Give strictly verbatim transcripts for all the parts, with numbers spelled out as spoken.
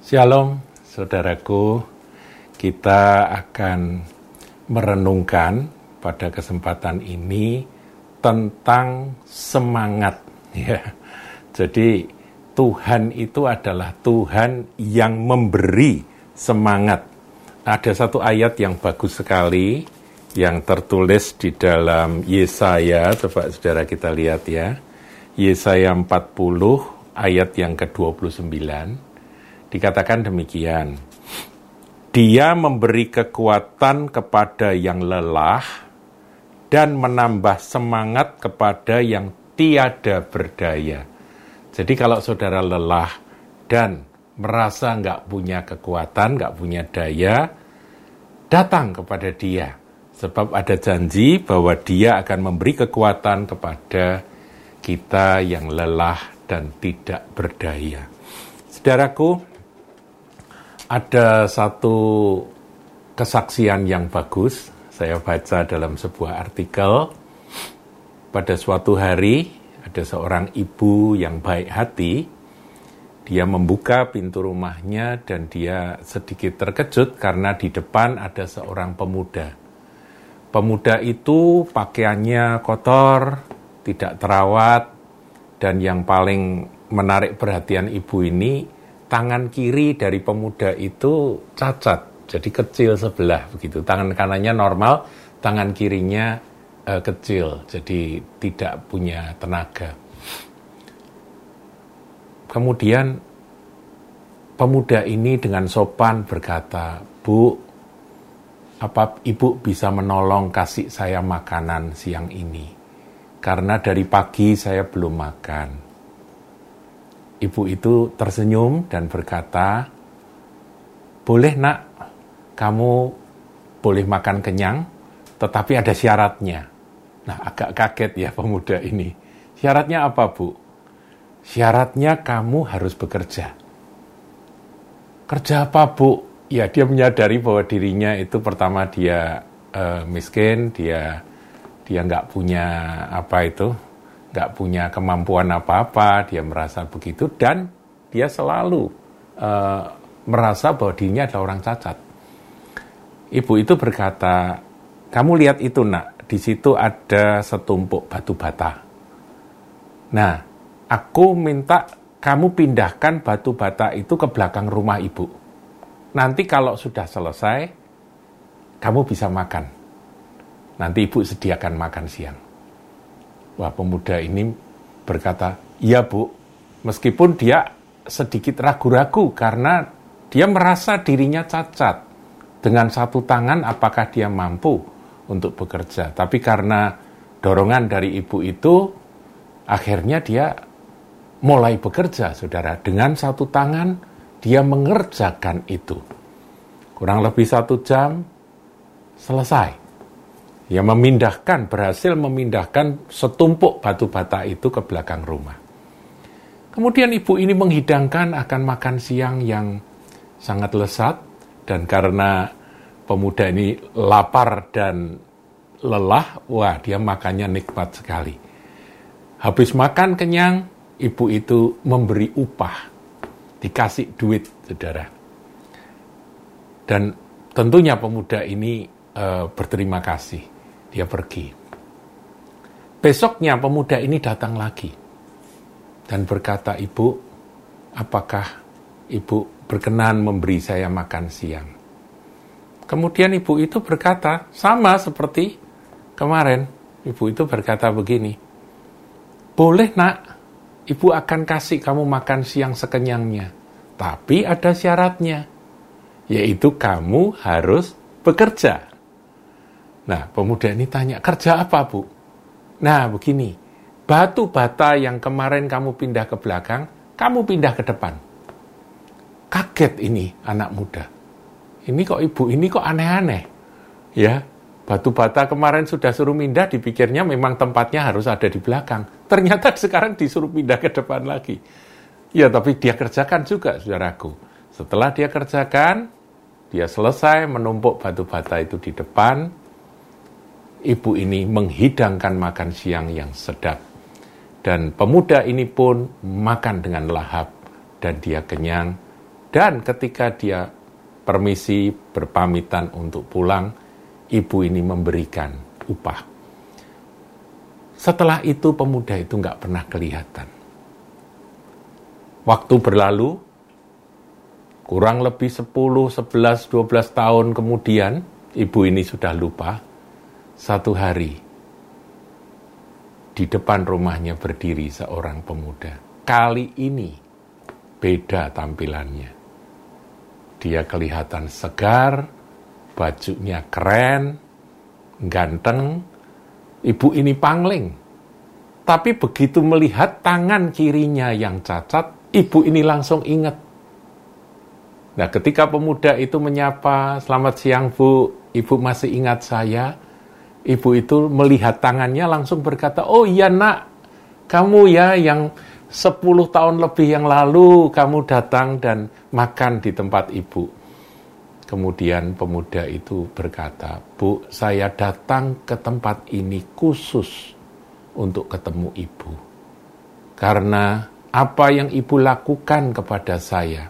Shalom, saudaraku. Kita akan merenungkan pada kesempatan ini tentang semangat. Ya, jadi Tuhan itu adalah Tuhan yang memberi semangat. Ada satu ayat yang bagus sekali yang tertulis di dalam Yesaya. Coba saudara kita lihat ya. Yesaya empat puluh ayat yang ke dua puluh sembilan. Dikatakan demikian, Dia memberi kekuatan kepada yang lelah dan menambah semangat kepada yang tiada berdaya. Jadi kalau saudara lelah dan merasa nggak punya kekuatan, nggak punya daya, datang kepada Dia. Sebab ada janji bahwa Dia akan memberi kekuatan kepada kita yang lelah dan tidak berdaya. Saudaraku, ada satu kesaksian yang bagus, saya baca dalam sebuah artikel. Pada suatu hari, ada seorang ibu yang baik hati, dia membuka pintu rumahnya dan dia sedikit terkejut karena di depan ada seorang pemuda. Pemuda itu pakaiannya kotor, tidak terawat, dan yang paling menarik perhatian ibu ini, tangan kiri dari pemuda itu cacat, jadi kecil sebelah begitu. Tangan kanannya normal, tangan kirinya eh, kecil, jadi tidak punya tenaga. Kemudian pemuda ini dengan sopan berkata, "Bu, apa Ibu bisa menolong kasih saya makanan siang ini? Karena dari pagi saya belum makan." Ibu itu tersenyum dan berkata, "Boleh nak, kamu boleh makan kenyang, tetapi ada syaratnya." Nah, agak kaget ya pemuda ini. Syaratnya apa, Bu? Syaratnya kamu harus bekerja. Kerja apa, Bu? Ya, dia menyadari bahwa dirinya itu pertama dia uh, miskin, dia dia nggak punya apa itu, nggak punya kemampuan apa-apa, dia merasa begitu, dan dia selalu uh, merasa bahwa dirinya adalah orang cacat. Ibu itu berkata, "Kamu lihat itu nak, di situ ada setumpuk batu bata. Nah, aku minta kamu pindahkan batu bata itu ke belakang rumah Ibu. Nanti kalau sudah selesai, kamu bisa makan. Nanti Ibu sediakan makan siang." Wah, pemuda ini berkata, "Iya Bu," meskipun dia sedikit ragu-ragu karena dia merasa dirinya cacat. Dengan satu tangan apakah dia mampu untuk bekerja? Tapi karena dorongan dari ibu itu, akhirnya dia mulai bekerja, saudara. Dengan satu tangan dia mengerjakan itu. Kurang lebih satu jam, selesai. Ya, memindahkan, berhasil memindahkan setumpuk batu bata itu ke belakang rumah. Kemudian ibu ini menghidangkan akan makan siang yang sangat lezat, dan karena pemuda ini lapar dan lelah, wah dia makannya nikmat sekali. Habis makan kenyang, ibu itu memberi upah, dikasih duit, saudara. Dan tentunya pemuda ini e, berterima kasih. Dia pergi. Besoknya pemuda ini datang lagi dan berkata, "Ibu, apakah Ibu berkenan memberi saya makan siang?" Kemudian ibu itu berkata, sama seperti kemarin. Ibu itu berkata begini, "Boleh nak, Ibu akan kasih kamu makan siang sekenyangnya. Tapi ada syaratnya, yaitu kamu harus bekerja." Nah, pemuda ini tanya, "Kerja apa, Bu?" Nah, begini, batu bata yang kemarin kamu pindah ke belakang, kamu pindah ke depan. Kaget ini anak muda. Ini kok ibu, ini kok aneh-aneh. Ya, batu bata kemarin sudah suruh pindah, dipikirnya memang tempatnya harus ada di belakang. Ternyata sekarang disuruh pindah ke depan lagi. Ya, tapi dia kerjakan juga, saudaraku. Setelah dia kerjakan, dia selesai menumpuk batu bata itu di depan. Ibu ini menghidangkan makan siang yang sedap. Dan pemuda ini pun makan dengan lahap. Dan dia kenyang Dan ketika dia permisi berpamitan untuk pulang, ibu ini memberikan upah. Setelah itu pemuda itu nggak pernah kelihatan. Waktu berlalu, kurang lebih sepuluh, sebelas, dua belas tahun kemudian, ibu ini sudah lupa. Satu hari, di depan rumahnya berdiri seorang pemuda. Kali ini, beda tampilannya. Dia kelihatan segar, bajunya keren, ganteng. Ibu ini pangling. Tapi begitu melihat tangan kirinya yang cacat, ibu ini langsung ingat. Nah, ketika pemuda itu menyapa, "Selamat siang, Bu. Ibu masih ingat saya?" Ibu itu melihat tangannya langsung berkata, "Oh iya, Nak. Kamu ya yang sepuluh tahun lebih yang lalu kamu datang dan makan di tempat ibu." Kemudian pemuda itu berkata, "Bu, saya datang ke tempat ini khusus untuk ketemu ibu. Karena apa yang ibu lakukan kepada saya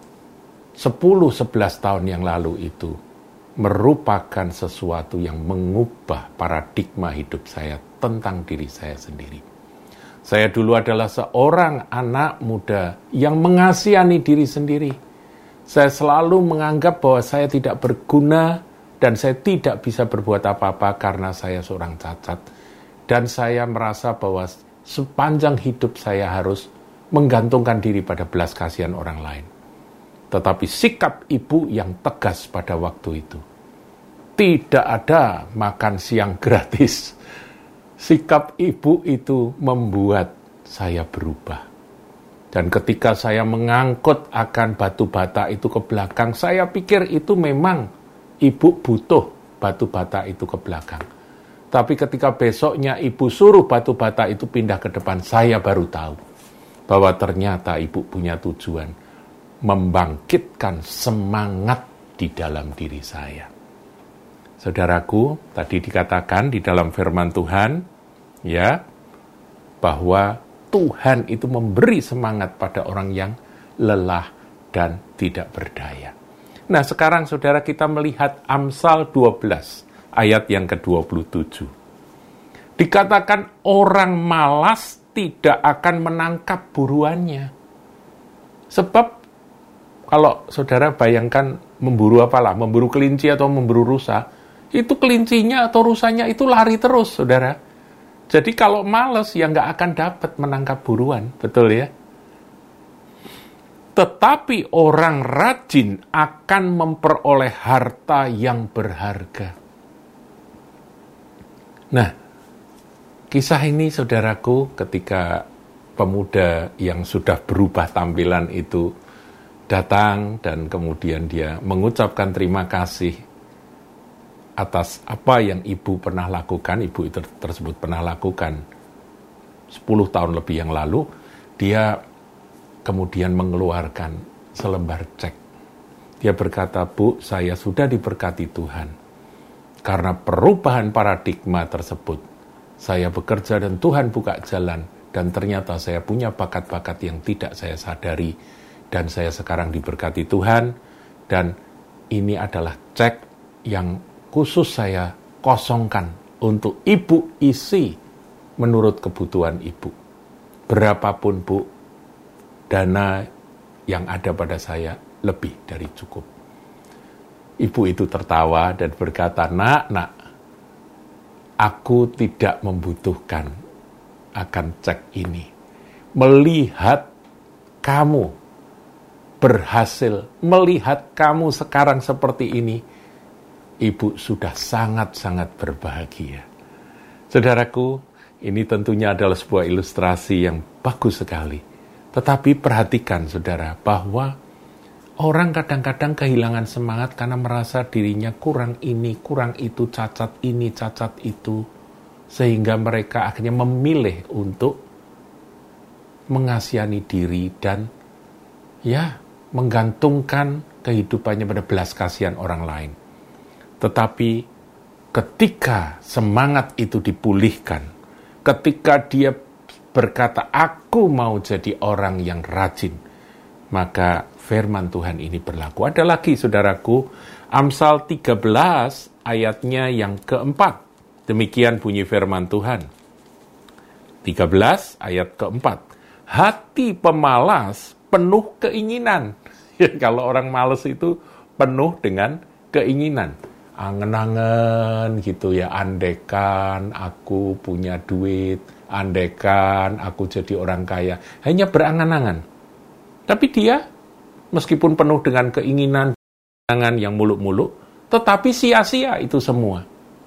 sepuluh sebelas tahun yang lalu itu merupakan sesuatu yang mengubah paradigma hidup saya tentang diri saya sendiri. Saya dulu adalah seorang anak muda yang mengasihani diri sendiri. Saya selalu menganggap bahwa saya tidak berguna dan saya tidak bisa berbuat apa-apa karena saya seorang cacat. Dan saya merasa bahwa sepanjang hidup saya harus menggantungkan diri pada belas kasihan orang lain. Tetapi sikap ibu yang tegas pada waktu itu. Tidak ada makan siang gratis. Sikap ibu itu membuat saya berubah. Dan ketika saya mengangkut akan batu bata itu ke belakang, saya pikir itu memang ibu butuh batu bata itu ke belakang. Tapi ketika besoknya ibu suruh batu bata itu pindah ke depan, saya baru tahu bahwa ternyata ibu punya tujuan membangkitkan semangat di dalam diri saya. Saudaraku, tadi dikatakan di dalam firman Tuhan, ya, bahwa Tuhan itu memberi semangat pada orang yang lelah dan tidak berdaya. Nah, sekarang saudara kita melihat Amsal dua belas, ayat yang ke dua puluh tujuh. Dikatakan orang malas tidak akan menangkap buruannya. Sebab kalau saudara bayangkan memburu apalah, memburu kelinci atau memburu rusa, itu kelincinya atau rusanya itu lari terus, saudara. Jadi kalau males ya nggak akan dapat menangkap buruan, betul ya? Tetapi orang rajin akan memperoleh harta yang berharga. Nah, kisah ini saudaraku ketika pemuda yang sudah berubah tampilan itu datang dan kemudian dia mengucapkan terima kasih atas apa yang ibu pernah lakukan, ibu itu tersebut pernah lakukan sepuluh tahun lebih yang lalu, dia kemudian mengeluarkan selembar cek. Dia berkata, "Bu, saya sudah diberkati Tuhan. Karena perubahan paradigma tersebut, saya bekerja dan Tuhan buka jalan, dan ternyata saya punya bakat-bakat yang tidak saya sadari, dan saya sekarang diberkati Tuhan, dan ini adalah cek yang khusus saya kosongkan untuk ibu isi menurut kebutuhan ibu. Berapapun, Bu, dana yang ada pada saya lebih dari cukup." Ibu itu tertawa dan berkata, "Nak, nak, aku tidak membutuhkan akan cek ini. Melihat kamu berhasil, melihat kamu sekarang seperti ini, ibu sudah sangat-sangat berbahagia." Saudaraku, ini tentunya adalah sebuah ilustrasi yang bagus sekali. Tetapi perhatikan, saudara, bahwa orang kadang-kadang kehilangan semangat karena merasa dirinya kurang ini, kurang itu, cacat ini, cacat itu. Sehingga mereka akhirnya memilih untuk mengasihani diri dan ya menggantungkan kehidupannya pada belas kasihan orang lain. Tetapi ketika semangat itu dipulihkan, ketika dia berkata, "Aku mau jadi orang yang rajin," maka firman Tuhan ini berlaku. Ada lagi, saudaraku, Amsal tiga belas ayatnya yang keempat. Demikian bunyi firman Tuhan. tiga belas ayat keempat. Hati pemalas penuh keinginan. Ya, kalau orang malas itu penuh dengan keinginan. Angen-angen gitu ya, andekan aku punya duit, andekan aku jadi orang kaya. Hanya berangan-angan. Tapi dia meskipun penuh dengan keinginan, angan yang muluk-muluk, tetapi sia-sia itu semua.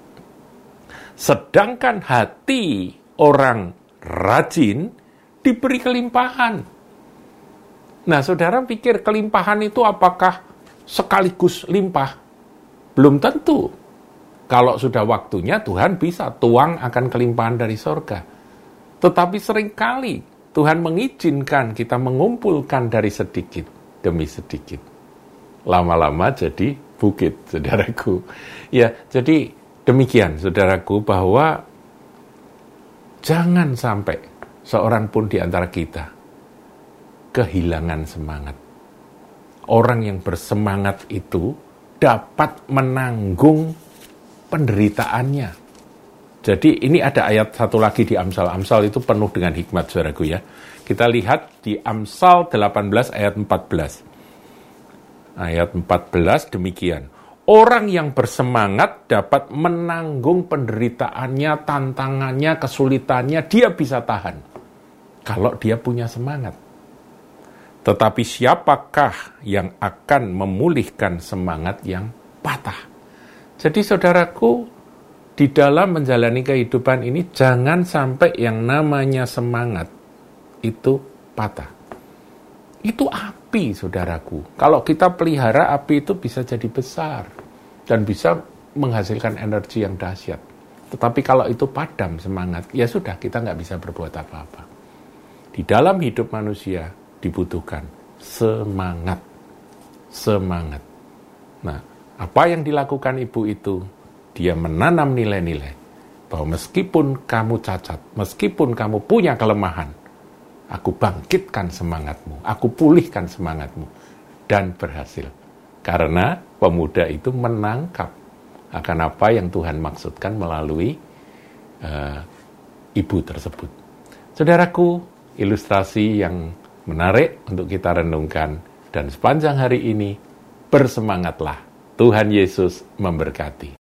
Sedangkan hati orang rajin diberi kelimpahan. Nah, saudara pikir kelimpahan itu apakah sekaligus limpah? Belum tentu. Kalau sudah waktunya, Tuhan bisa tuang akan kelimpahan dari sorga. Tetapi seringkali Tuhan mengizinkan kita mengumpulkan dari sedikit demi sedikit. Lama-lama jadi bukit, saudaraku. Ya, jadi demikian, saudaraku, bahwa jangan sampai seorang pun di antara kita kehilangan semangat. Orang yang bersemangat itu dapat menanggung penderitaannya. Jadi ini ada ayat satu lagi di Amsal. Amsal itu penuh dengan hikmat, saudaraku ya. Kita lihat di Amsal delapan belas ayat empat belas. Ayat empat belas demikian. Orang yang bersemangat dapat menanggung penderitaannya, tantangannya, kesulitannya, dia bisa tahan. Kalau dia punya semangat. Tetapi siapakah yang akan memulihkan semangat yang patah? Jadi saudaraku, di dalam menjalani kehidupan ini, jangan sampai yang namanya semangat itu patah. Itu api, saudaraku. Kalau kita pelihara, api itu bisa jadi besar dan bisa menghasilkan energi yang dahsyat. Tetapi kalau itu padam semangat, ya sudah, kita nggak bisa berbuat apa-apa. Di dalam hidup manusia dibutuhkan semangat. Semangat. Nah, apa yang dilakukan ibu itu? Dia menanam nilai-nilai bahwa meskipun kamu cacat, meskipun kamu punya kelemahan, aku bangkitkan semangatmu, aku pulihkan semangatmu, dan berhasil. Karena pemuda itu menangkap akan apa yang Tuhan maksudkan melalui uh, ibu tersebut. Saudaraku, ilustrasi yang menarik untuk kita renungkan, dan sepanjang hari ini bersemangatlah. Tuhan Yesus memberkati.